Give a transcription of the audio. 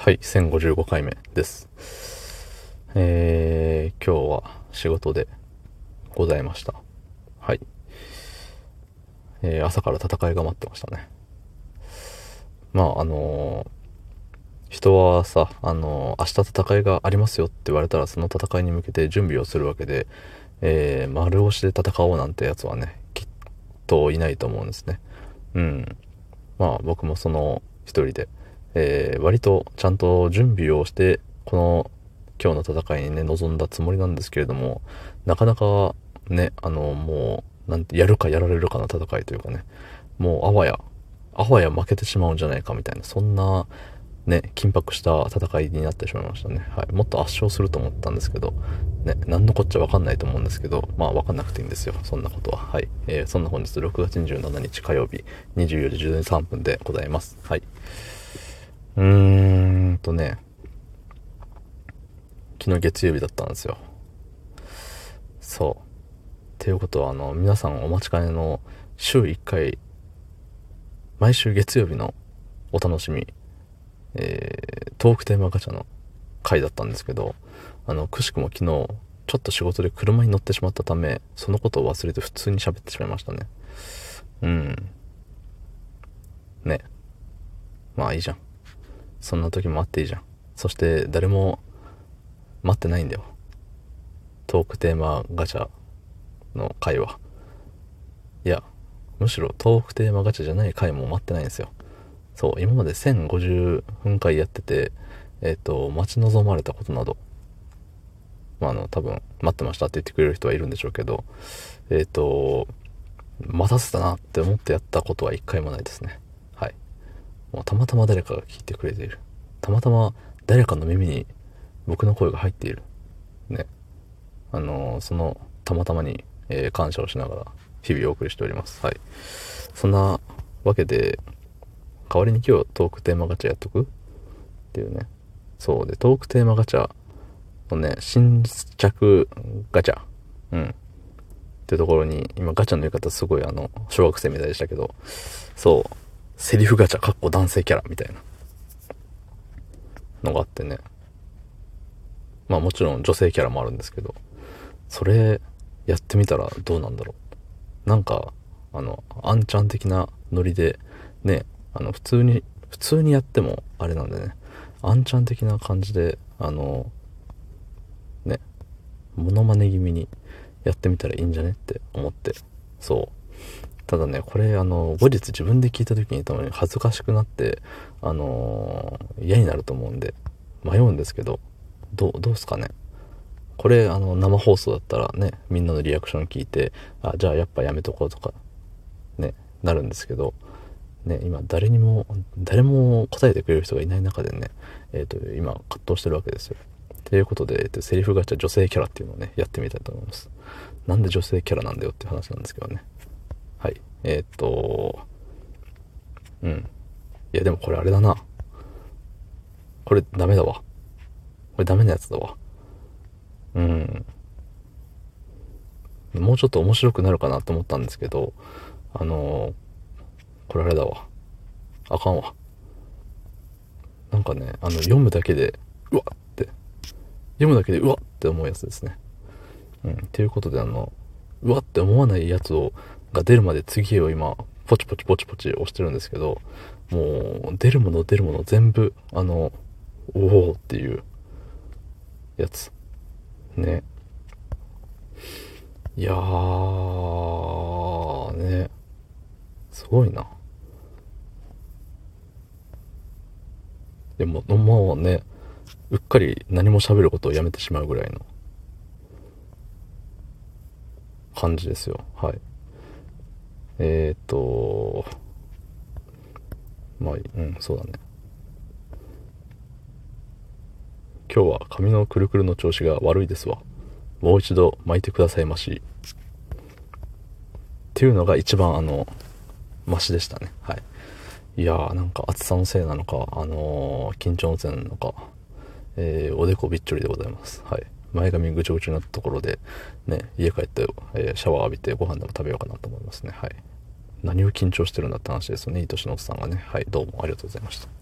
はい、1055回目です。今日は仕事でございました。はい。朝から戦いが待ってましたね。まあ、人はさ、明日戦いがありますよって言われたら、その戦いに向けて準備をするわけで、丸押しで戦おうなんてやつはね、きっといないと思うんですね。うん。まあ、僕もその一人で、割とちゃんと準備をして、今日の戦いにね、臨んだつもりなんですけれども、なかなかね、もう、やるかやられるかの戦いというかね、もうあわや負けてしまうんじゃないかみたいな、そんな、ね、緊迫した戦いになってしまいましたね。はい。もっと圧勝すると思ったんですけど、ね、何のこっちゃわかんないと思うんですけど、まあわかんなくていいんですよ。そんなことは。はい。そんな本日6月27日火曜日、24時13分でございます。はい。ね、昨日月曜日だったんですよ。そう。っていうことは、皆さんお待ちかねの週1回、毎週月曜日のお楽しみ、トークテーマガチャの回だったんですけど、くしくも昨日、ちょっと仕事で車に乗ってしまったため、そのことを忘れて普通に喋ってしまいましたね。うん。ね。まあいいじゃん。そんな時もあっていいじゃん。そして誰も待ってないんだよ。トークテーマガチャの回は。いや、むしろトークテーマガチャじゃない回も待ってないんですよ。そう、今まで1050分回やってて、待ち望まれたことなど、まあ、多分、待ってましたって言ってくれる人はいるんでしょうけど、待たせたなって思ってやったことは一回もないですね。はい。もうたまたま誰かが聞いてくれている。たまたま誰かの耳に僕の声が入っている。ね。その、たまたまに、感謝をしながら、日々お送りしております。はい。そんなわけで、代わりに今日トークテーマガチャやっとくっていうね。そうで、トークテーマガチャのね、新着ガチャ。うん。っていうところに、今ガチャの言い方すごい小学生みたいでしたけど、そう、セリフガチャ、かっこ男性キャラみたいなのがあってね。まあもちろん女性キャラもあるんですけど、それやってみたらどうなんだろう。なんか、アンちゃん的なノリで、ね、普通にやってもあれなんでね、アンちゃん的な感じで、ね、モノマネ気味にやってみたらいいんじゃねって思って。そう。ただね、これ後日自分で聞いた時にたまに恥ずかしくなって、嫌になると思うんで、迷うんですけど、どうすかね。これ生放送だったらね、みんなのリアクション聞いて、あ、じゃあやっぱやめとこうとか、ね、なるんですけど、ね、今誰も答えてくれる人がいない中でね、今葛藤してるわけですよ。ということで、セリフガチャ女性キャラっていうのをね、やってみたいと思います。なんで女性キャラなんだよっていう話なんですけどね。はい。うん。いやでもこれあれだな。これダメだわ。これダメなやつだわ。うん。もうちょっと面白くなるかなと思ったんですけど、これあれだわ。あかんわ。なんかね、読むだけで、うわって、読むだけでうわって思うやつですね。うん。ということでうわって思わないやつが出るまで次を今、ポチポチポチポチ押してるんですけど、もう、出るもの全部、おおっていうやつ。ね。いやー、ね。すごいな。でも、もうね、うっかり何も喋ることをやめてしまうぐらいの感じですよ。はい。まあ、うん、そうだね。今日は髪のくるくるの調子が悪いですわ。もう一度巻いてくださいまし。っていうのが一番マシでしたね。はい。いやー、なんか暑さのせいなのか、緊張のせいなのか、おでこびっちょりでございます。はい。前髪ぐちょぐちょになったところで、ね、家帰って、シャワー浴びてご飯でも食べようかなと思いますね。はい。何を緊張してるんだって話ですよね。いとしのおっさんがね。はい。どうもありがとうございました。